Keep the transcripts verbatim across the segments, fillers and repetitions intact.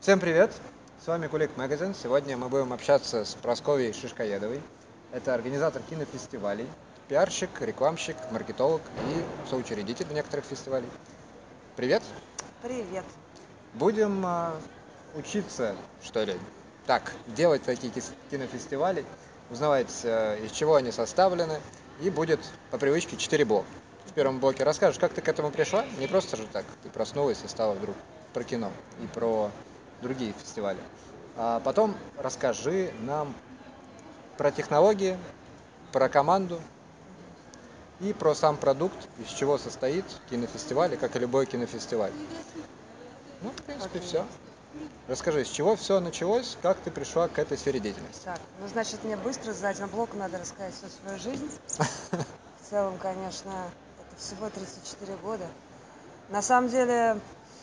Всем привет! С вами Кулик Магазин. Сегодня мы будем общаться с Прасковьей Шишкоедовой. Это организатор кинофестивалей, пиарщик, рекламщик, маркетолог и соучредитель некоторых фестивалей. Привет! Привет! Будем а, учиться, что ли, так, делать такие кис- кинофестивали, узнавать, а, из чего они составлены, и будет по привычке четыре блока. В первом блоке расскажешь, как ты к этому пришла, не просто же так, ты проснулась и стала вдруг про кино и про другие фестивали. А потом расскажи нам про технологии, про команду и про сам продукт, из чего состоит кинофестиваль, и как и любой кинофестиваль. Ну, в принципе, Окей. все. Расскажи, с чего все началось, как ты пришла к этой сфере деятельности? Так, ну значит, мне быстро за один блок надо рассказать всю свою жизнь. В целом, конечно, это всего тридцать четыре года. На самом деле,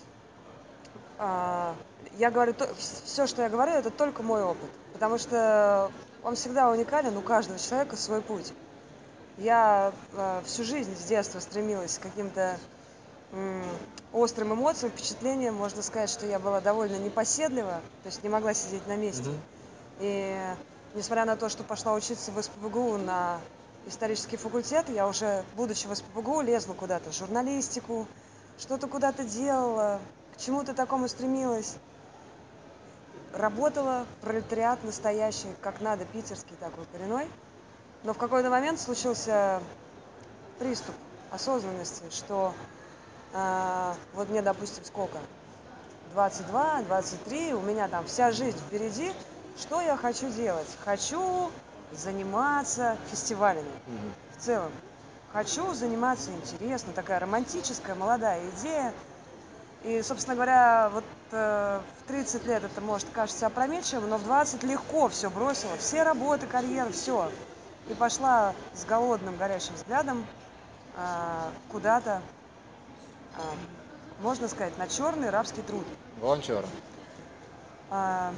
а, я говорю, все, что я говорю, это только мой опыт. Потому что он всегда уникален, у каждого человека свой путь. Я а, всю жизнь с детства стремилась к каким-то м, острым эмоциям, впечатлениям. Можно сказать, что я была довольно непоседлива, то есть не могла сидеть на месте. Мгм. И несмотря на то, что пошла учиться в СПбГУ на исторический факультет, я уже, будучи в СПбГУ, лезла куда-то в журналистику, что-то куда-то делала, к чему-то такому стремилась. Работала, пролетариат настоящий, как надо, питерский такой коренной. Но в какой-то момент случился приступ осознанности, что э, вот мне, допустим, сколько? двадцать два, двадцать три, у меня там вся жизнь впереди. Что я хочу делать? Хочу заниматься фестивалями Мгм. в целом. Хочу заниматься интересно, такая романтическая молодая идея. И, собственно говоря, вот э, в тридцать лет это может кажется опрометчивым, но в двадцать легко все бросила, все работы, карьеры, все. И пошла с голодным, горящим взглядом э, куда-то, э, можно сказать, на черный рабский труд. Волонтером. А,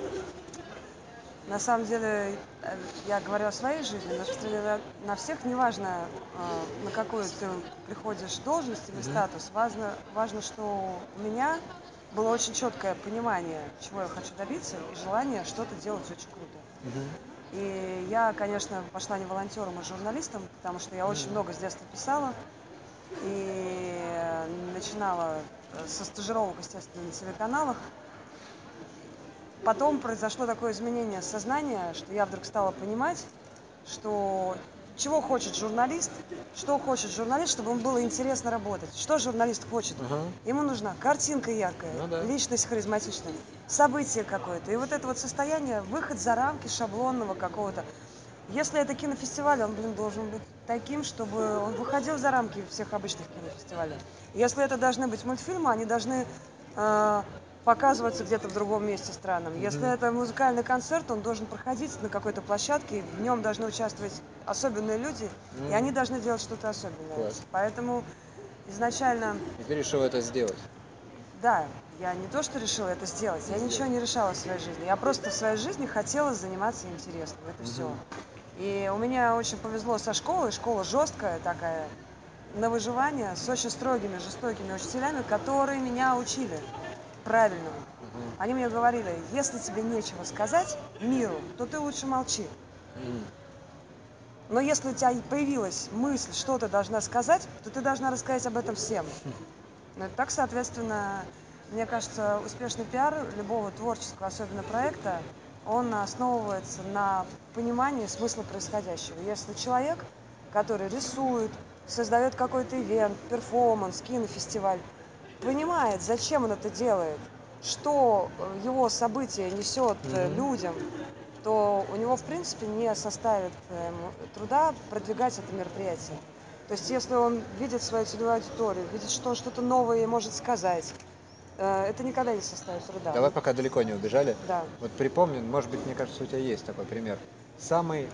На самом деле, э, я говорю о своей жизни, но распространяю на всех, неважно, э, на какую ты приходишь должность или Мгм. статус, важно, важно, что у меня было очень четкое понимание, чего я хочу добиться, и желание что-то делать очень круто. Мгм. И я, конечно, пошла не волонтером, а журналистом, потому что я очень Мгм. много с детства писала и начинала э, со стажировок, естественно, на телеканалах. Потом произошло такое изменение сознания, что я вдруг стала понимать, что чего хочет журналист, что хочет журналист, чтобы ему было интересно работать. Что журналист хочет? Ага. Ему нужна картинка яркая, Ну да. личность харизматичная, событие какое-то. И вот это вот состояние, выход за рамки шаблонного какого-то. Если это кинофестиваль, он, блин, должен быть таким, чтобы он выходил за рамки всех обычных кинофестивалей. Если это должны быть мультфильмы, они должны э, показываться где-то в другом месте странном. Если Мгм. это музыкальный концерт, он должен проходить на какой-то площадке, в нем должны участвовать особенные люди, и они Мгм. должны делать что-то особенное. Класс. Поэтому изначально, И ты решил это сделать. да, я не то, что решила это сделать, И я ничего сделать. не решала в своей жизни. Я просто в своей жизни хотела заниматься интересным, это все. Мгм. И у меня очень повезло со школой, школа жесткая такая, на выживание, с очень строгими, жестокими учителями, которые меня учили правильному. Мгм. Они мне говорили, если тебе нечего сказать миру, то ты лучше молчи. Мгм. Но если у тебя появилась мысль, что ты должна сказать, то ты должна рассказать об этом всем. Ну, и так, соответственно, мне кажется, успешный пиар любого творческого, особенно проекта, он основывается на понимании смысла происходящего. Если человек, который рисует, создает какой-то ивент, перформанс, кинофестиваль, понимает, зачем он это делает, что э, его событие несет э, Мгм. людям, то у него, в принципе, не составит э, м, труда продвигать это мероприятие. То есть, если он видит свою целевую аудиторию, видит, что он что-то новое ей может сказать, э, это никогда не составит труда. Давай Ну, пока далеко не убежали. да. Вот припомни, может быть, мне кажется, у тебя есть такой пример. Самый,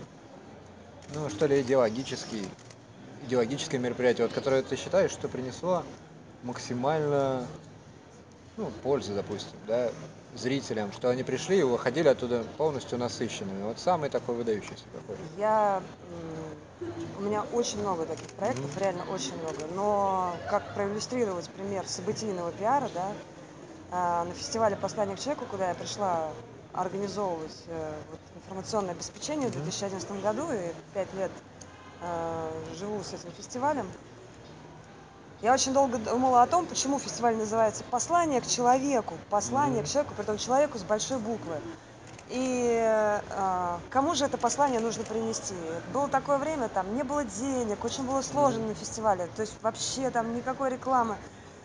ну, что ли, идеологический, идеологическое мероприятие, вот, которое ты считаешь, что принесло максимально, ну, пользы, допустим, да, зрителям, что они пришли и уходили оттуда полностью насыщенными. Вот самый такой выдающийся какой. Я, м, у меня очень много таких Мгм. проектов, реально очень много. Но как проиллюстрировать пример событийного пиара, да, на фестивале «Послание к человеку», куда я пришла организовывать вот, информационное обеспечение в две тысячи одиннадцатом году, и пять лет э, живу с этим фестивалем. Я очень долго думала о том, почему фестиваль называется «Послание к человеку», «Послание mm-hmm. к человеку», притом человеку с большой буквы. И э, кому же это послание нужно принести? Было такое время, там не было денег, очень было сложно mm-hmm. на фестивале, то есть вообще там никакой рекламы.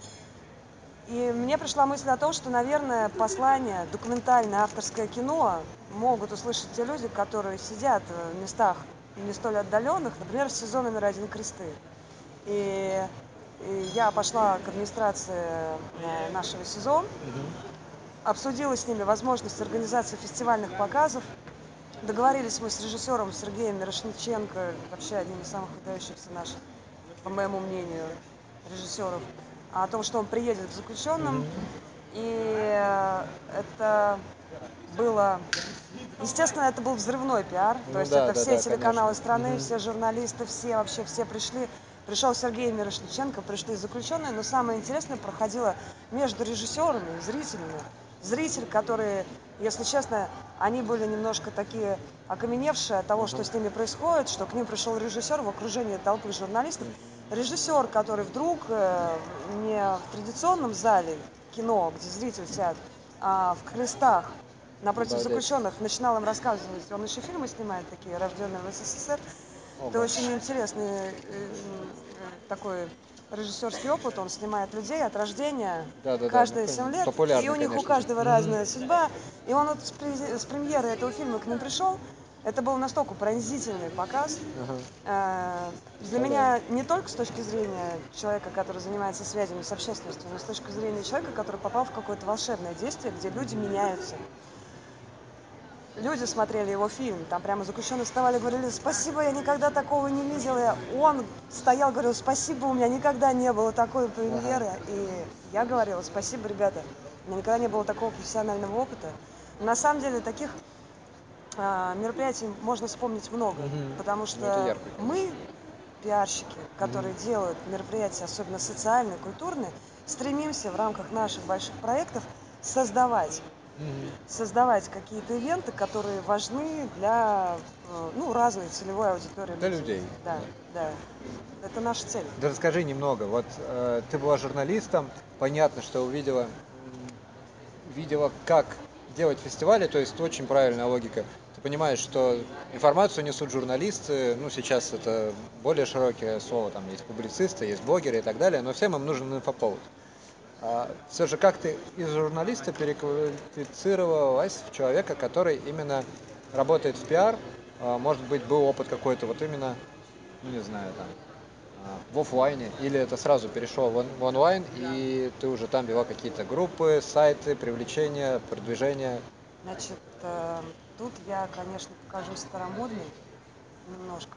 И мне пришла мысль о том, что, наверное, послание, документальное авторское кино могут услышать те люди, которые сидят в местах не столь отдаленных, например, в СИЗО номер один «Кресты». И, и я пошла к администрации нашего СИЗО, обсудила с ними возможность организации фестивальных показов. Договорились мы с режиссером Сергеем Мирошниченко, вообще одним из самых выдающихся наших, по моему мнению, режиссеров, о том, что он приедет к заключенным. Mm-hmm. И это было... Естественно, это был взрывной пиар. Ну, то есть да, это да, все да, телеканалы конечно. Страны, mm-hmm. все журналисты, все вообще все пришли. Пришел Сергей Мирошниченко, пришли заключенные. Но самое интересное проходило между режиссерами и зрителями. Зрители, которые, если честно, они были немножко такие окаменевшие от того, что с ними происходит, что к ним пришел режиссер в окружении толпы журналистов. Режиссер, который вдруг не в традиционном зале кино, где зритель сядет, а в крестах напротив Молодец. Заключенных, начинал им рассказывать. Он еще фильмы снимает такие, рожденные в СССР. Оба. Это очень интересный такой режиссерский опыт. Он снимает людей от рождения, да, да, каждые да, семь лет, и у них у каждого mm-hmm. разная судьба. И он вот с, с премьеры этого фильма к ним пришел. Это был настолько пронзительный показ. Uh-huh. Для да, меня да. Не только с точки зрения человека, который занимается связями с общественностью, но с точки зрения человека, который попал в какое-то волшебное действие, где люди меняются. Люди смотрели его фильм, там прямо заключенные вставали, говорили: спасибо, я никогда такого не видела. Он стоял, говорил: спасибо, у меня никогда не было такой премьеры. Ага. И я говорила: спасибо, ребята, у меня никогда не было такого профессионального опыта. На самом деле таких а, мероприятий можно вспомнить много, угу. потому что ярко, мы, пиарщики, которые угу. делают мероприятия, особенно социальные, культурные, стремимся в рамках наших больших проектов создавать создавать какие-то ивенты, которые важны для ну, разной целевой аудитории. Для людей. людей. Да, да, да. Это наша цель. Да расскажи немного. Вот э, ты была журналистом, понятно, что увидела, видела, как делать фестивали, то есть очень правильная логика. Ты понимаешь, что информацию несут журналисты, ну сейчас это более широкое слово, там есть публицисты, есть блогеры и так далее, но всем им нужен инфоповод. А все же как ты из журналиста переквалифицировалась в человека, который именно работает в пиар, а, может быть, был опыт какой-то вот именно, ну не знаю, там, в офлайне, или это сразу перешел в, он, в онлайн, и ты уже там вела какие-то группы, сайты, привлечения, продвижения? Значит, э, тут я, конечно, покажусь старомодной немножко,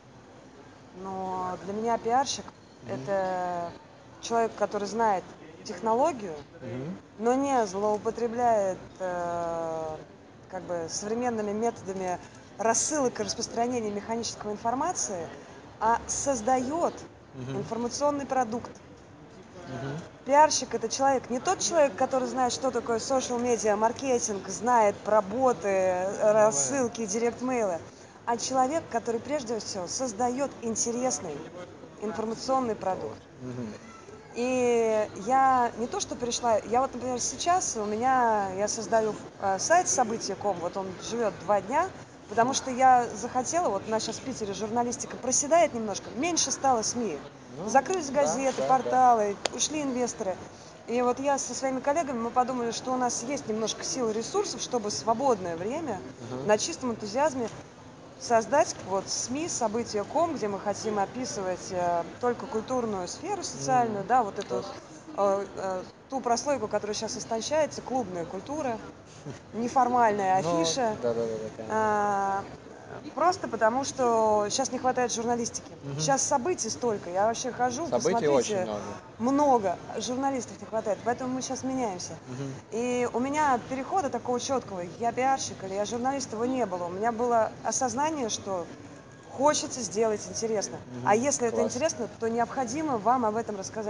но для меня пиарщик mm-hmm. это человек, который знает технологию, mm-hmm. но не злоупотребляет э, как бы современными методами рассылок и распространения механической информации, а создает mm-hmm. информационный продукт. Mm-hmm. Пиарщик — это человек, не тот человек, который знает, что такое social media, маркетинг, знает про боты, рассылки, директ-мейлы, а человек, который прежде всего создает интересный информационный продукт. Mm-hmm. И я не то что перешла, я вот, например, сейчас у меня, я создаю сайт события точка ком, вот он живет два дня, потому что я захотела, вот у нас сейчас в Питере журналистика проседает немножко, меньше стало СМИ. Ну, закрылись газеты, да, порталы, да. Ушли инвесторы. И вот я со своими коллегами, мы подумали, что у нас есть немножко сил и ресурсов, чтобы свободное время uh-huh. на чистом энтузиазме создать вот СМИ события точка ком, где мы хотим описывать э, только культурную сферу социальную, mm-hmm. да, вот эту э, э, ту прослойку, которая сейчас истончается, клубная культура, неформальная афиша. No, да, да, да, да, просто потому, что сейчас не хватает журналистики. Mm-hmm. Сейчас событий столько. Я вообще хожу, событий посмотрите, очень много. много. Журналистов не хватает, поэтому мы сейчас меняемся. Mm-hmm. И у меня перехода такого четкого, я пиарщик или я журналист, его не было. У меня было осознание, что хочется сделать интересно. Mm-hmm. А если Класс. Это интересно, то необходимо вам об этом рассказать.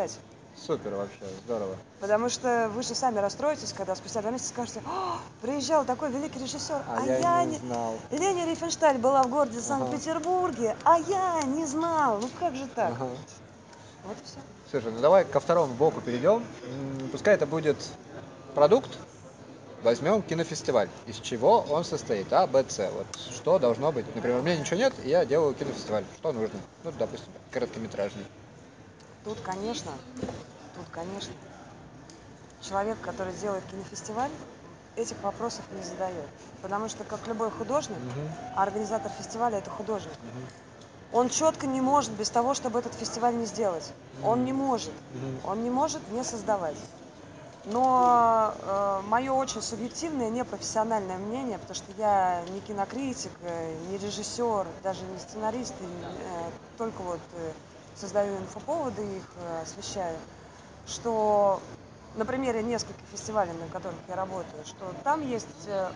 Супер вообще, здорово. Потому что вы же сами расстроитесь, когда спустя два месяца скажете: «О, приезжал такой великий режиссер, А а я я не не... знал. Лени Рифеншталь была в городе Ага, Санкт-Петербурге, а я не знал». Ну как же так? ага. Вот и все. Слушай, ну давай ко второму блоку перейдем. М, Пускай это будет продукт. Возьмем кинофестиваль. Из чего он состоит? А, Б, С. Вот что должно быть? Например, у меня ничего нет, и я делаю кинофестиваль. Что нужно? Ну, допустим, короткометражный. Тут, конечно, тут, конечно, человек, который делает кинофестиваль, этих вопросов не задает. Потому что, как любой художник, Мгм, а организатор фестиваля – это художник, мгм, он четко не может без того, чтобы этот фестиваль не сделать. Он не может. мгм, Он не может не создавать. Но э, мое очень субъективное, непрофессиональное мнение, потому что я не кинокритик, э, не режиссер, даже не сценарист, и, э, только вот э, создаю инфоповоды, их э, освещаю, что на примере нескольких фестивалей, на которых я работаю, что там есть э,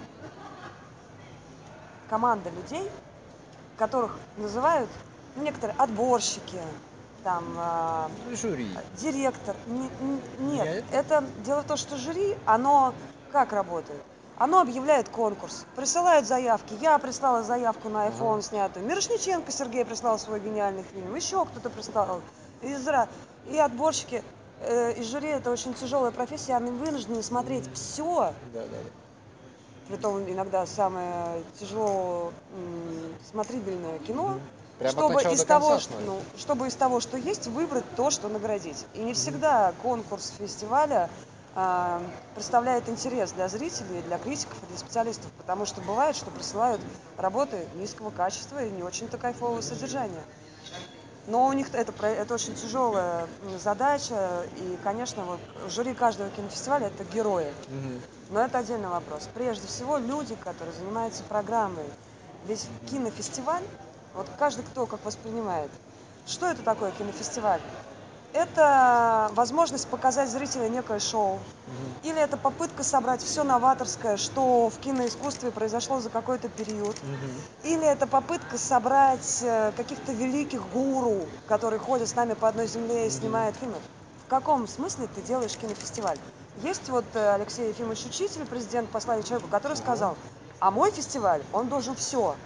команда людей, которых называют ну, некоторые отборщики, там, а, Ну, жюри. директор. Не- н- Нет, Нет? это дело в том, что жюри, оно как работает? Оно объявляет конкурс, присылают заявки. Я прислала заявку на Ага. iPhone снятую. Мирошниченко Сергей прислал свой гениальный фильм. Еще кто-то прислал. Из Ра- И отборщики э, из жюри это очень тяжелая профессия, они вынуждены смотреть все. Да, да, да. Притом иногда самое тяжело м, смотрибельное кино, Мгм. Прям от чтобы начала из до конца того, что, смотришь. ну, чтобы из того, что есть, выбрать то, что наградить. И не Мгм. всегда конкурс фестиваля а, представляет интерес для зрителей, для критиков и для специалистов, потому что бывает, что присылают работы низкого качества и не очень-то кайфового содержания. Но у них это, про- это очень тяжелая м, задача, и, конечно, вот жюри каждого кинофестиваля – это герои. Мгм. Но это отдельный вопрос. Прежде всего, люди, которые занимаются программой. Ведь Мгм. кинофестиваль, вот каждый кто как воспринимает. Что это такое кинофестиваль? Это возможность показать зрителю некое шоу. Мгм. Или это попытка собрать все новаторское, что в киноискусстве произошло за какой-то период. Мгм. Или это попытка собрать э, каких-то великих гуру, которые ходят с нами по одной земле и Мгм. снимают фильмы. В каком смысле ты делаешь кинофестиваль? Есть вот э, Алексей Ефимович Учитель, президент «Послание человеку», который Ага. сказал: а мой фестиваль, он должен все.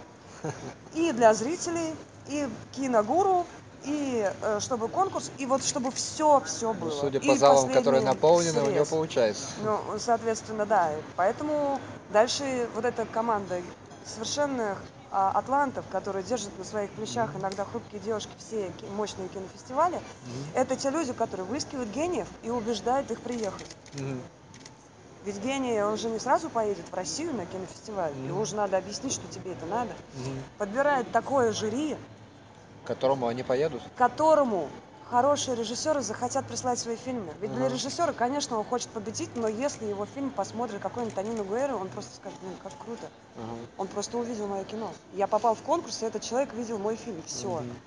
И для зрителей, и киногуру, и э, чтобы конкурс, и вот чтобы все-все Ну, было. судя по И залам, которые последний наполнены, у него срез. получается. Ну, соответственно, да. Поэтому дальше вот эта команда совершенных а, атлантов, которые держат на своих плечах Мгм. иногда хрупкие девушки все ки- мощные кинофестивали, Мгм. это те люди, которые выискивают гениев и убеждают их приехать. Мгм. Ведь гений, он же не сразу поедет в Россию на кинофестиваль. Его Мгм. же надо объяснить, что тебе это надо. Мгм. Подбирает такое жюри, К которому они поедут. которому хорошие режиссеры захотят прислать свои фильмы. Ведь для Ага. режиссера, конечно, он хочет победить, но если его фильм посмотрит какой-нибудь Тонину Гуэра, он просто скажет: блин, как круто. Ага. Он просто увидел мое кино. Я попал в конкурс, и этот человек видел мой фильм. Все. Мгм.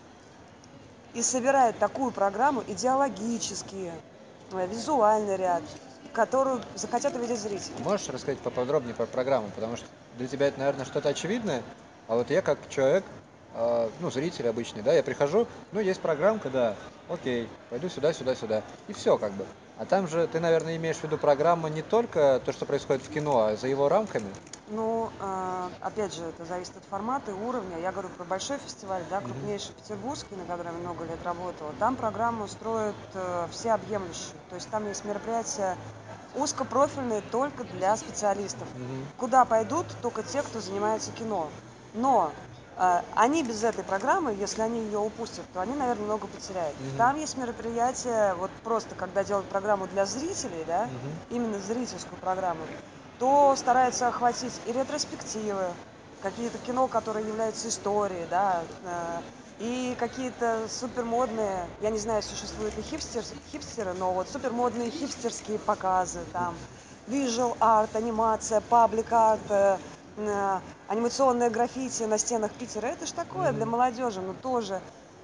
И собирает такую программу идеологически, э, визуальный ряд, которую захотят увидеть зрители. А можешь рассказать поподробнее про программу? Потому что для тебя это, наверное, что-то очевидное, а вот я как человек, э, ну, зритель обычный, да, я прихожу, ну, есть программка, да, окей, пойду сюда, сюда, сюда, и все как бы. А там же ты, наверное, имеешь в виду программа не только то, что происходит в кино, а за его рамками. Ну, э, опять же, это зависит от формата и уровня. Я говорю про большой фестиваль, да, Мгм. крупнейший петербургский, на котором я много лет работала. Там программу строят э, всеобъемлющую. То есть там есть мероприятия узкопрофильные только для специалистов. Мгм. Куда пойдут только те, кто занимается кино. Но э, они без этой программы, если они ее упустят, то они, наверное, много потеряют. Мгм. Там есть мероприятия, вот просто когда делают программу для зрителей, да, Мгм. именно зрительскую программу, то старается охватить и ретроспективы, какие-то кино, которые являются историей, да, э, и какие-то супермодные, я не знаю, существуют ли хипстер, хипстеры, но вот супермодные хипстерские показы, там, visual арт, анимация, паблик арт, э, э, анимационное граффити на стенах Питера, это ж такое для Мгм. молодежи, но тоже.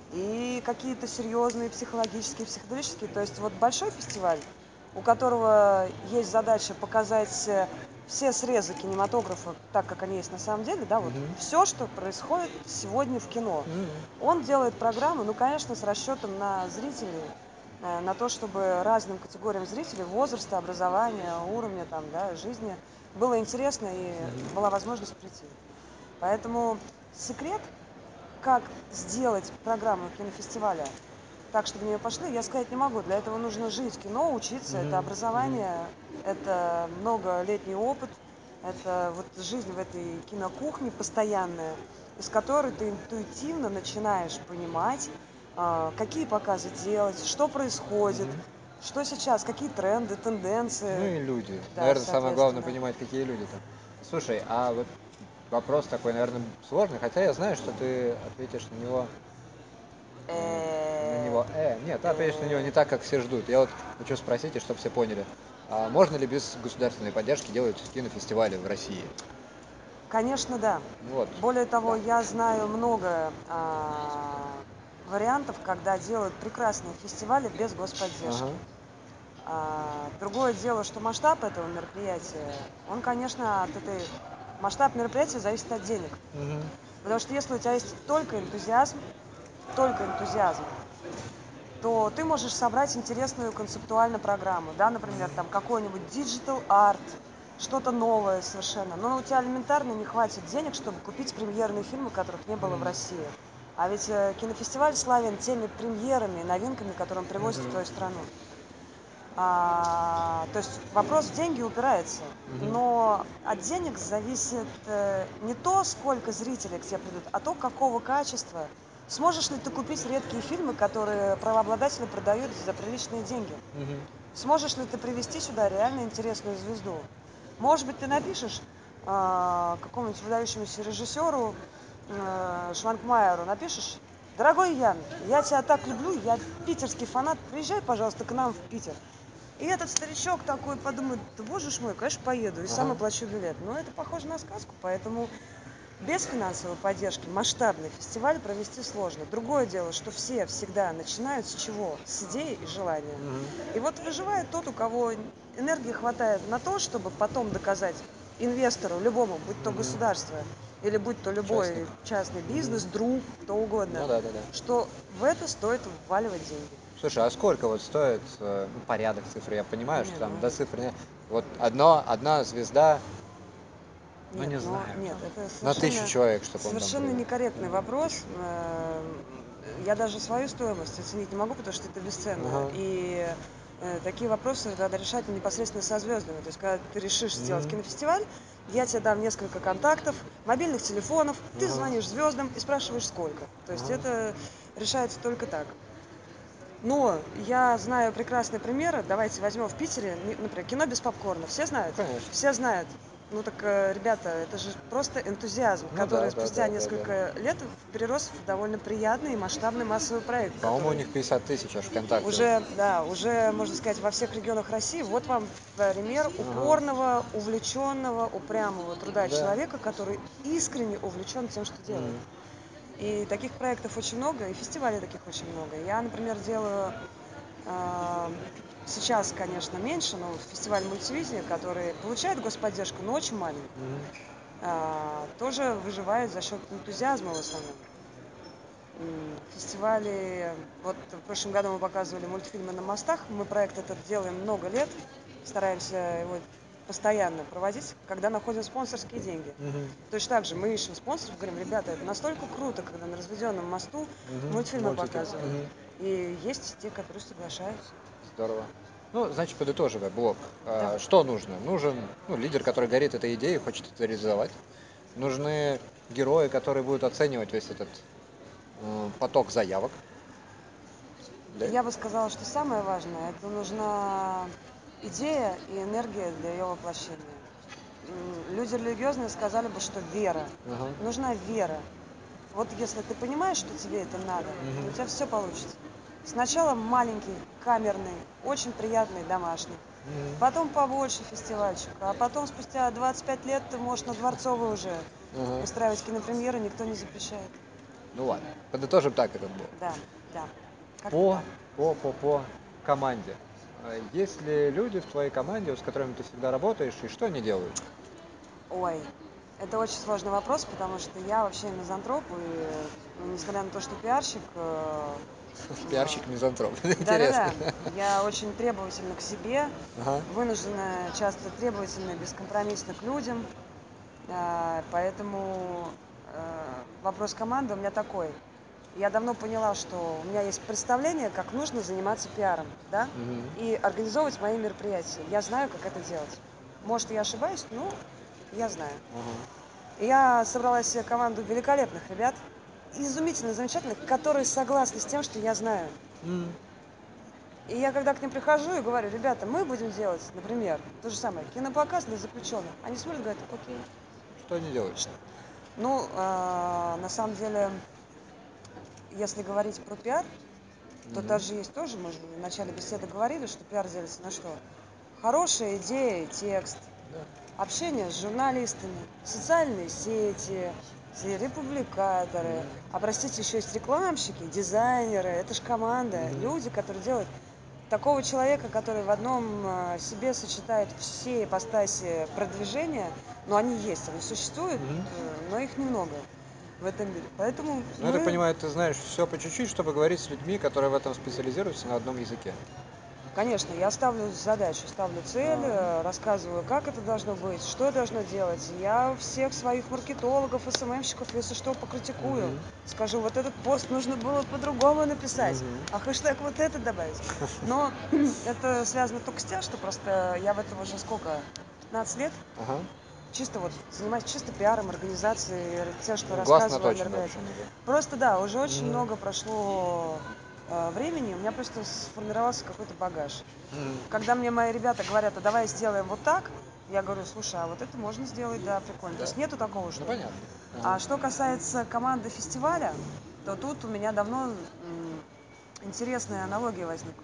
И какие-то серьезные психологические, психоделические, то есть вот большой фестиваль, у которого есть задача показать э, все срезы кинематографа так, как они есть на самом деле, да, вот Мгм. все, что происходит сегодня в кино. Мгм. Он делает программу, ну, конечно, с расчетом на зрителей, э, на то, чтобы разным категориям зрителей, возраста, образования, уровня там, да, жизни было интересно и Мгм. была возможность прийти. Поэтому секрет, как сделать программу кинофестиваля так, чтобы в нее пошли, я сказать не могу. Для этого нужно жить кино, учиться, это Мгм. Мгм. образование, это многолетний опыт, это вот жизнь в этой кинокухне постоянная, из которой ты интуитивно начинаешь понимать, а, какие показы делать, что происходит, Мгм. что сейчас, какие тренды, Ну тенденции, и люди. да, Наверное, самое главное соответственно. понимать, какие люди там. Слушай, а вот вопрос такой, наверное, сложный, хотя я знаю, что ты ответишь на него, э, на Э, него, э, нет, ты ответишь на него не э, так, как все ждут. Я вот хочу спросить, и чтобы все поняли, а можно ли без государственной поддержки делать кинофестивали в России? Конечно, да. Вот, Более того, да. я знаю много а, вариантов, когда делают прекрасные фестивали без господдержки. Ага. А, другое дело, что масштаб этого мероприятия, он, конечно, от этой масштаб мероприятия зависит от денег. Мгм. Потому что если у тебя есть только энтузиазм, только энтузиазм, то ты можешь собрать интересную концептуальную программу, да, например, там какой-нибудь digital art, что-то новое совершенно. Но у тебя элементарно не хватит денег, чтобы купить премьерные фильмы, которых не было в Мгм. России. А ведь э, кинофестиваль славен теми премьерами и новинками, которые он привозит в Мгм. твою страну. А, то есть вопрос в деньги упирается. Мгм. Но от денег зависит э, не то, сколько зрителей к тебе придут, а то, какого качества. Сможешь ли ты купить редкие фильмы, которые правообладатели продают за приличные деньги? Мгм. Сможешь ли ты привести сюда реально интересную звезду? Может быть, ты напишешь а, какому-нибудь выдающемуся режиссеру э, Шванкмайеру, напишешь: дорогой Ян, я тебя так люблю, я питерский фанат, приезжай, пожалуйста, к нам в Питер. И этот старичок такой подумает: да боже ж мой, конечно, поеду, и сам Ага. оплачу билет. Но это похоже на сказку, поэтому без финансовой поддержки масштабный фестиваль провести сложно. Другое дело, что все всегда начинают с чего? С идеи и желания. Мгм. И вот выживает тот, у кого энергии хватает на то, чтобы потом доказать инвестору, любому, будь то Мгм. государство или будь то Участник. любой частный Мгм. бизнес, друг, кто угодно, Ну да, да, да. что в это стоит вваливать деньги. Слушай, а сколько вот стоит, э, ну, порядок цифр? Я понимаю, что Не, там ну, до цифры нет. Вот одно, одна звезда, ну нет, не но знаю, нет, там, это на тысячу совершенно, человек, чтобы он там совершенно привел. некорректный вопрос. Эм, Я даже свою стоимость оценить не могу, потому что это бесценно. Ага. И э, такие вопросы надо решать непосредственно со звездами. То есть, когда ты решишь сделать Мгм. кинофестиваль, я тебе дам несколько контактов, мобильных телефонов, ты Ага. звонишь звездам и спрашиваешь, сколько. То есть, Ага. это решается только так. Но я знаю прекрасные примеры. Давайте возьмем в Питере, не- например, кино без попкорна. Все Ну, знают? конечно. Все знают. Ну так, э, ребята, это же просто энтузиазм, Ну который да, да, спустя да, да, да. несколько лет перерос в довольно приятный и масштабный массовый проект, По-моему, у который них пятьдесят тысяч аж ВКонтакте уже. уже, да, уже, можно сказать, во всех регионах России. Вот вам пример Ага. упорного, увлеченного, упрямого труда Да. человека, который искренне увлечен тем, что делает. Мгм. И таких проектов очень много, и фестивалей таких очень много. Я, например, делаю а, сейчас, конечно, меньше, но вот фестиваль мультивидения, который получает господдержку, но очень маленькую, Мгм. а, тоже выживает за счет энтузиазма в основном. М, Фестивали, вот в прошлом году мы показывали мультфильмы на мостах, мы проект этот делаем много лет, стараемся его постоянно проводить, когда находим спонсорские деньги. Мгм. Точно так же мы ищем спонсоров, говорим: ребята, это настолько круто, когда на разведенном мосту Мгм. мультфильмы Мультики. показывают. Мгм. И есть те, которые соглашаются. Здорово. Ну, значит, подытоживая блок. А, Давай. Что нужно? Нужен, ну, лидер, который горит этой идеей, хочет это реализовать. Нужны герои, которые будут оценивать весь этот э, поток заявок. Да? Я бы сказала, что самое важное — это нужна идея и энергия для ее воплощения. М, Люди религиозные сказали бы, что вера. Ага. Нужна вера. Вот если ты понимаешь, что тебе это надо, то у Мгм. тебя все получится. Сначала маленький, камерный, очень приятный, домашний. Мгм. Потом побольше фестивальчик. А потом, спустя двадцать пять лет, ты можешь на Дворцовой уже Ага. устраивать кинопремьеры, никто не запрещает. Ну ладно. Подытожим так этот блок. Да, да. Как-то По, так. по, по, по команде. А Есть ли люди в твоей команде, с которыми ты всегда работаешь, и что они делают? Ой, это очень сложный вопрос, потому что я вообще мизантроп, и ну, несмотря на то, что пиарщик, э, Пиарщик, мизантроп. Интересно. Да-да-да, я очень требовательна к себе, Ага. вынуждена часто требовательна, бескомпромиссно к людям. А, Поэтому э, вопрос команды у меня такой. Я давно поняла, что у меня есть представление, как нужно заниматься пиаром, да, Мгм. и организовывать мои мероприятия. Я знаю, как это делать. Может, я ошибаюсь, но я знаю. Ага. И я собрала себе команду великолепных ребят, изумительно замечательных, которые согласны с тем, что я знаю. М. И я когда к ним прихожу и говорю: ребята, мы будем делать, например, то же самое, кинопоказ для заключенных. Они смотрят и говорят: окей. Что они делают? Ну, а, на самом деле, если говорить про пиар, то Мгм. даже есть тоже, мы же в начале беседы говорили, что пиар делится на что? Хорошая идея, текст, Да. общение с журналистами, социальные сети, те републикаторы. Мгм. А простите, еще есть рекламщики, дизайнеры, это ж команда, Мгм. люди, которые делают такого человека, который в одном а, себе сочетает все ипостаси продвижения, но они есть, они существуют, Мгм. э, но их немного в этом мире. Поэтому Ну, я так мы, понимаю, ты знаешь все по чуть-чуть, чтобы говорить с людьми, которые в этом специализируются на одном языке. конечно, я ставлю задачу, ставлю цель, А. э, рассказываю, как это должно быть, что должно делать. Я всех своих маркетологов, эс эм эм-щиков, если что, покритикую. Мгм. Скажу: вот этот пост нужно было по-другому написать, Мгм. а хэштег вот это добавить. Но это связано только с тем, что просто я в этом уже сколько, пятнадцать лет, Ага. чисто вот занимаюсь чисто пиаром, организацией, тем, что Ну, глаз рассказываю о наточен, в общем, мероприятиях. уже. Просто да, уже очень Мгм. много прошло э, времени, у меня просто сформировался какой-то багаж. Мгм. Когда мне мои ребята говорят: а давай сделаем вот так, я говорю: слушай, а вот это можно сделать, да, прикольно. То Да. есть нету такого, Ну, что. понятно. А Ага. что касается команды фестиваля, то тут у меня давно м, интересная аналогия возникла.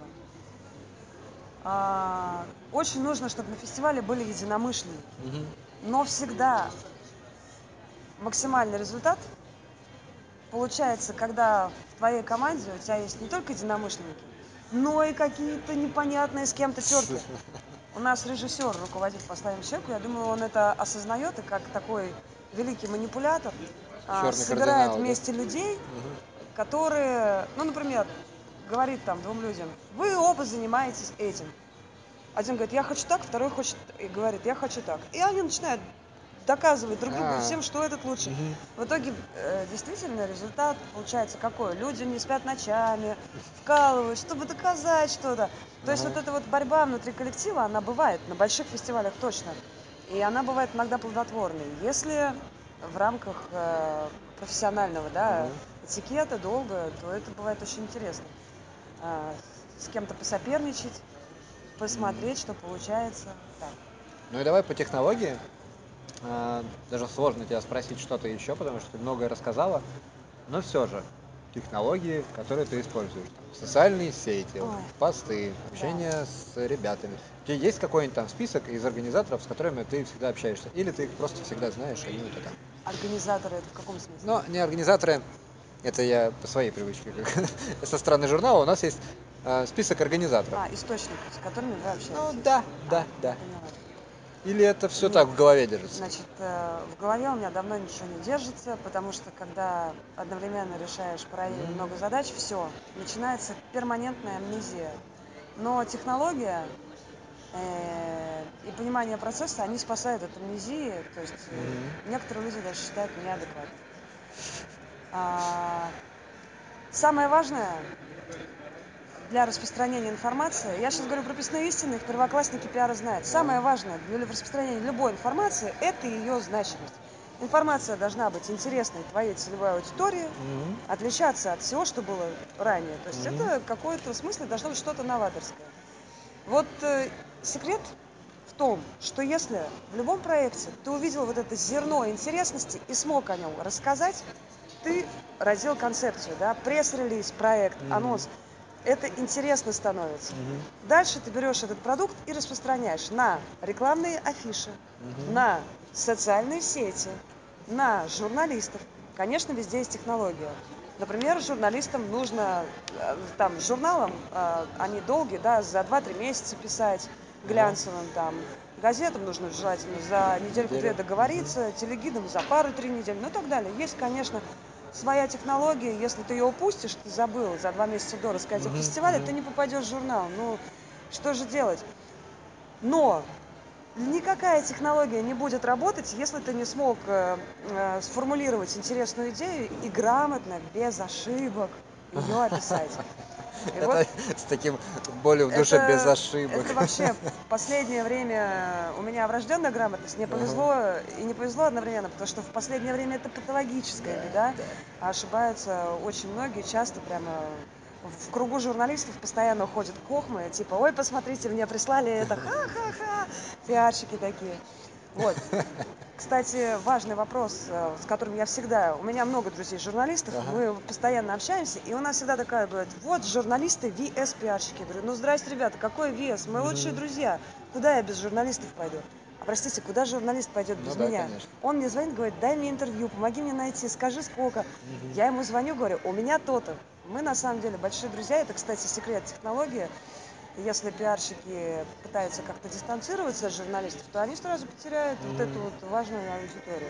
А, Очень нужно, чтобы на фестивале были единомышленники. Мгм. Но всегда максимальный результат получается, когда в твоей команде у тебя есть не только единомышленники, но и какие-то непонятные с кем-то терки. У нас режиссер руководит поставим человеку, я думаю, он это осознает и как такой великий манипулятор а, Черный собирает кардинал, да? вместе людей, Мгм. которые, ну, например, говорит там двум людям: вы оба занимаетесь этим. Один говорит: я хочу так, второй хочет и говорит: я хочу так. И они начинают доказывать друг другу и А. всем, что этот лучше. Мгм. В итоге э, действительно результат получается какой? Люди не спят ночами, вкалывают, чтобы доказать что-то. То есть вот Ага. эта вот борьба внутри коллектива, она бывает на больших фестивалях точно. И она бывает иногда плодотворной. Если в рамках э, профессионального, да, Ага. этикета долго, то это бывает очень интересно. А, с кем-то посоперничать, М. посмотреть, что получается. Так. Ну и давай по технологии. А, Даже сложно тебя спросить что-то еще, потому что ты многое рассказала. Но все же, технологии, которые ты используешь. Там, социальные сети, Ой, посты, да. общение с ребятами. У тебя есть какой-нибудь там список из организаторов, с которыми ты всегда общаешься? Или ты их просто всегда знаешь, они у тебя там? Организаторы это в каком смысле? Но не организаторы, это я по своей привычке. как Со стороны журнала у нас есть а, список организаторов. А, источников, с которыми вы Ну общаетесь. да, А, да, я да. поняла. Или это все Нет, так в голове держится? значит, э, в голове у меня давно ничего не держится, потому что когда одновременно решаешь параллельно М. много задач, все, начинается перманентная амнезия. Но технология э, и понимание процесса, они спасают от амнезии, то есть Мгм. э, некоторые люди даже считают неадекватно. А, Самое важное для распространения информации, я сейчас говорю прописные истины, их первоклассники пиара знают. А. Самое важное для распространения любой информации – это ее значимость. Информация должна быть интересной твоей целевой аудитории, Мгм. отличаться от всего, что было ранее. То есть Мгм. это в какой-то смысле должно быть что-то новаторское. Вот э, секрет в том, что если в любом проекте ты увидел вот это зерно интересности и смог о нем рассказать, ты родил концепцию, да, пресс-релиз, проект, Мгм. анонс. Это интересно становится. Мгм. Дальше ты берешь этот продукт и распространяешь на рекламные афиши, Мгм. на социальные сети, на журналистов. Конечно, везде есть технология. Например, журналистам нужно, э, там, с журналом, э, они долгие, да, за два-три месяца писать, Ага. глянцевым, там, газетам нужно желательно за недельку-две Неделю. Мгм. договориться, телегидам за пару-три недели, ну и так далее. Есть, конечно, своя технология, если ты ее упустишь, ты забыл за два месяца до рассказать о Мгм, фестивале, ты мгм. не попадешь в журнал. Ну, что же делать? Но никакая технология не будет работать, если ты не смог э, э, сформулировать интересную идею и грамотно, без ошибок ее описать. И вот Это с таким болью в душе, без это, ошибок. это вообще в последнее время у меня врожденная грамотность. Мне Ага. повезло и не повезло одновременно, потому что в последнее время это патологическая Да, беда. да. А ошибаются очень многие, часто прямо в кругу журналистов постоянно ходят хохмы, типа, ой, посмотрите, мне прислали это, ха-ха-ха, пиарщики такие. Вот. Кстати, важный вопрос, э, с которым я всегда... У меня много друзей-журналистов, Ага. мы постоянно общаемся, и у нас всегда такая бывает, вот журналисты ви эс-пиарщики. Я говорю, ну здрасте, ребята, какой ви эс? Мы лучшие Мгм. друзья. Куда я без журналистов пойду? А простите, куда журналист пойдет Ну без да, меня? конечно. Он мне звонит, говорит, дай мне интервью, помоги мне найти, скажи сколько. Мгм. Я ему звоню, говорю, у меня то-то. Мы на самом деле большие друзья, это, кстати, секрет технологии. Если пиарщики пытаются как-то дистанцироваться от журналистов, то они сразу потеряют вот эту Мгм. вот важную аудиторию.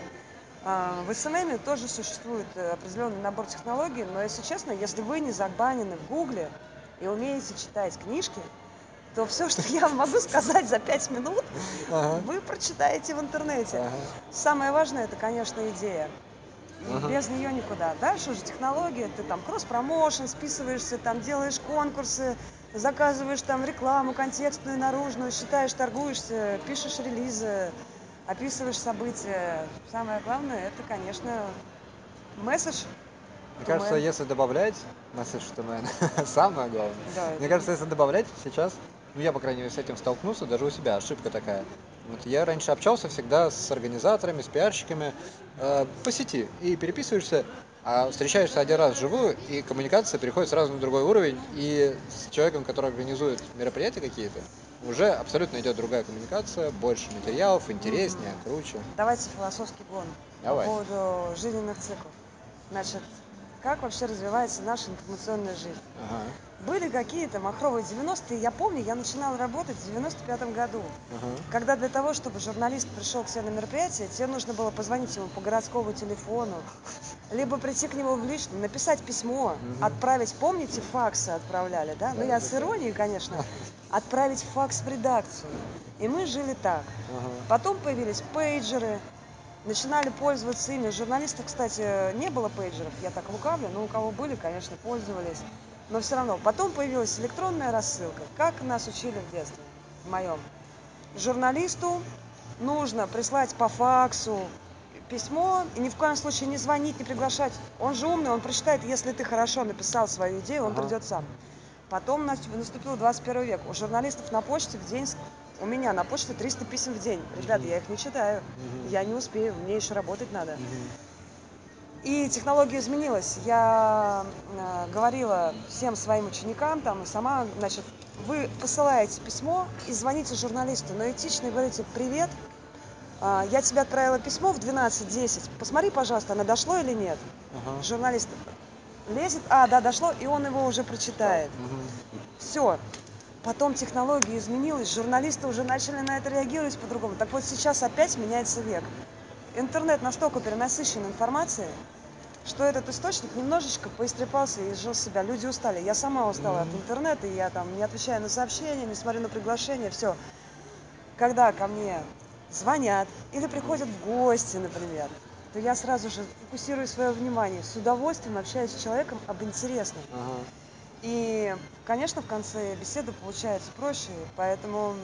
А, В эс эм эм тоже существует э, определенный набор технологий, но, если честно, если вы не забанены в Гугле и умеете читать книжки, то все, что я вам могу сказать за пять минут, Ага. вы прочитаете в интернете. Ага. Самое важное, это, конечно, идея. Ага. Без нее никуда. Дальше уже технология, ты там кросс-промоушен, списываешься, там делаешь конкурсы, заказываешь там рекламу контекстную, наружную, считаешь, торгуешься, пишешь релизы, описываешь события. Самое главное, это, конечно, месседж Мне to кажется, man. если добавлять message to man, самое главное. Да, Мне это кажется, если добавлять сейчас, ну я, по крайней мере, с этим столкнулся, даже у себя ошибка такая. Вот я раньше общался всегда с организаторами, с пиарщиками э, по сети и переписываешься, а встречаешься один раз вживую, и коммуникация переходит сразу на другой уровень, и с человеком, который организует мероприятия какие-то, уже абсолютно идет другая коммуникация, больше материалов, интереснее, Мгм. круче. Давайте философский гон по Давай. поводу жизненных циклов. Значит, как вообще развивается наша информационная жизнь? Ага, Были какие-то махровые девяностые. Я помню, я начинала работать в девяносто пятом году, ага, когда для того, чтобы журналист пришел к себе на мероприятие, тебе нужно было позвонить ему по городскому телефону, либо прийти к нему в личный, написать письмо, мгм. отправить, помните, факсы отправляли, да? Ну, Да, я да, с да. иронией, конечно, отправить факс в редакцию. И мы жили так. Ага. Потом появились пейджеры, начинали пользоваться ими. Журналистов, кстати, не было пейджеров, я так лукавлю, но у кого были, конечно, пользовались. Но все равно. Потом появилась электронная рассылка. Как нас учили в детстве, в моем. Журналисту нужно прислать по факсу письмо и ни в коем случае не звонить, не приглашать. Он же умный, он прочитает, если ты хорошо написал свою идею, он Ага. придет сам. Потом нас- наступил двадцать первый век. У журналистов на почте в день, с- у меня на почте триста писем в день. Ребята, Мгм. я их не читаю. Мгм. Я не успею, мне еще работать надо. Мгм. И технология изменилась. Я э, говорила всем своим ученикам там и сама, значит, вы посылаете письмо и звоните журналисту, но этично и говорите: привет, а, я тебе отправила письмо в двенадцать десять, посмотри, пожалуйста, оно дошло или нет. Ага. Журналист лезет, а, да, дошло, и он его уже Читал. прочитает. Мгм. Все. Потом технология изменилась, журналисты уже начали на это реагировать по-другому. Так вот сейчас опять меняется век. Интернет настолько перенасыщен информацией, что этот источник немножечко поистрепался и изжил себя. Люди устали. Я сама устала от Мгм. интернета, и я там не отвечаю на сообщения, не смотрю на приглашения, все. Когда ко мне звонят или Мгм. приходят в гости, например, то я сразу же фокусирую свое внимание, с удовольствием общаюсь с человеком об интересном. Ага. И, конечно, в конце беседы получается проще, поэтому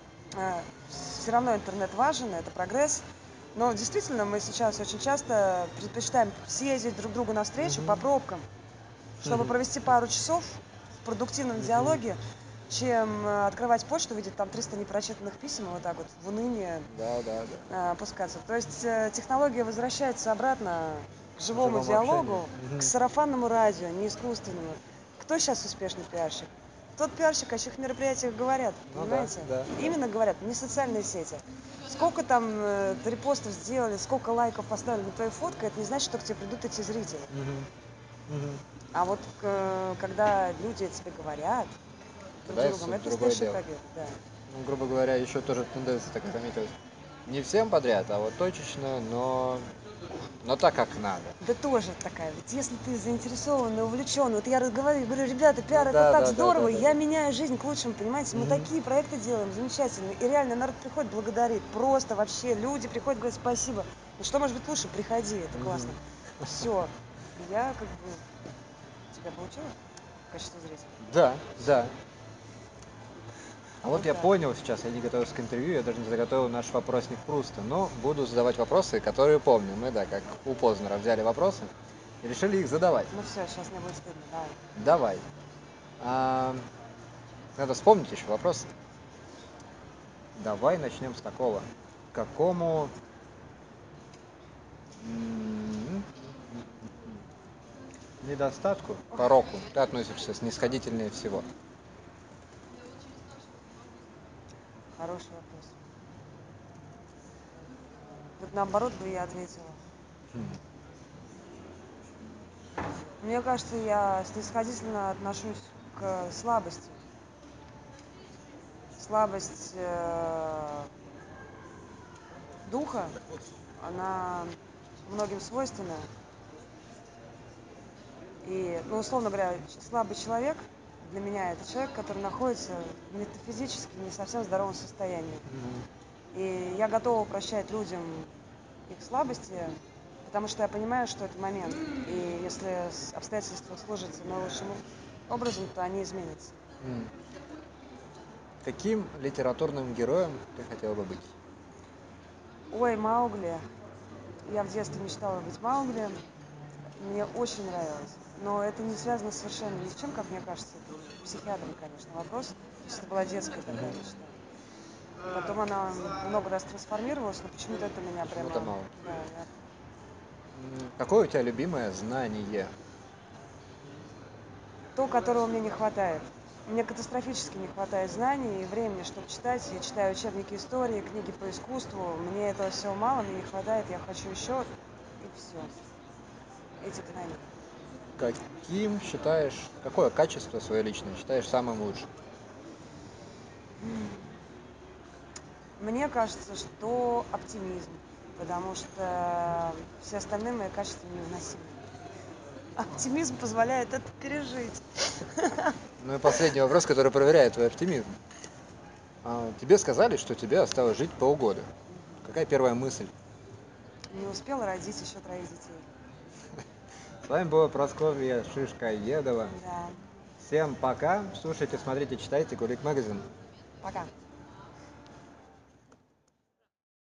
все равно интернет важен, это прогресс. Но действительно, мы сейчас очень часто предпочитаем съездить друг другу навстречу по Мгм. пробкам, чтобы Мгм. провести пару часов в продуктивном Мгм. диалоге, чем э, открывать почту, видеть там триста непрочитанных писем и вот так вот в уныние Да, да, да. э, опускаться. То есть э, технология возвращается обратно к К живому живому общению. диалогу, к Мгм. сарафанному радио, не искусственному. Кто сейчас успешный пиарщик? Тот пиарщик, о чьих мероприятиях говорят, Ну да, понимаете? да, да. Именно говорят, не социальные сети. Сколько там э, репостов сделали, сколько лайков поставили на твою фотку, это не значит, что к тебе придут эти зрители. Мгм. Мгм. А вот э, когда люди о тебе говорят друг Да, с другом, это это другое настоящая дело. победа, да. Ну, грубо говоря, еще тоже тенденция такая заметилась. Не всем подряд, а вот точечно, но но так как надо. Да тоже такая. Ведь если ты заинтересован и увлечен, вот я разговариваю, говорю, ребята, пиар Ну это да, так да, да, здорово, да, да, я да. меняю жизнь к лучшему, понимаете? Мы Мгм. такие проекты делаем, замечательные. И реально народ приходит, благодарит. Просто вообще люди приходят, говорят, спасибо. Ну что может быть лучше? Приходи, это классно. Мгм. Все. Я как бы... Тебя получилось? Качество зрителя. Да, да. А вот Вот я так. понял сейчас, я не готовился к интервью, я даже не заготовил наш вопросник Пруста, но буду задавать вопросы, которые помню. Мы, да, как у Познера взяли вопросы и решили их задавать. Ну все, сейчас мне будет стыдно, давай. Давай. А, надо вспомнить еще вопросы. Давай начнем с такого. К какому м, недостатку, пороку ты относишься снисходительнее всего? Хороший вопрос. Вот наоборот бы я ответила. Хм. Мне кажется, я снисходительно отношусь к слабости. Слабость э, духа, она многим свойственна. И, ну, условно говоря, ч- слабый человек для меня это человек, который находится в метафизически не совсем здоровом состоянии. Мгм. И я готова прощать людям их слабости, потому что я понимаю, что это момент. И если с- обстоятельства сложатся наилучшим образом, то они изменятся. М. Каким литературным героем ты хотела бы быть? Ой, Маугли. Я в детстве мечтала быть Маугли. Мне очень нравилось. Но это не связано совершенно ни с чем, как мне кажется. Это психиатры, конечно, вопрос. То есть это была детская такая Мгм. мечта. Потом она много раз трансформировалась, но почему-то это меня прямо... Почему-то мало. Да, я... М, Какое у тебя любимое знание? То, которого мне не хватает. Мне катастрофически не хватает знаний и времени, чтобы читать. Я читаю учебники истории, книги по искусству. Мне этого всего мало, мне не хватает. Я хочу еще, и все. Этих знаний. Каким считаешь, какое качество свое личное считаешь самым лучшим? Мне кажется, что оптимизм, потому что все остальные мои качества невыносимы. Оптимизм позволяет это пережить. Ну и последний вопрос, который проверяет твой оптимизм. А, тебе сказали, что тебе осталось жить полгода. Какая первая мысль? Не успела родить еще троих детей. С вами была Прасковья Шишкоедова. Да, Всем пока. Слушайте, смотрите, читайте Кулик Магазин. пока.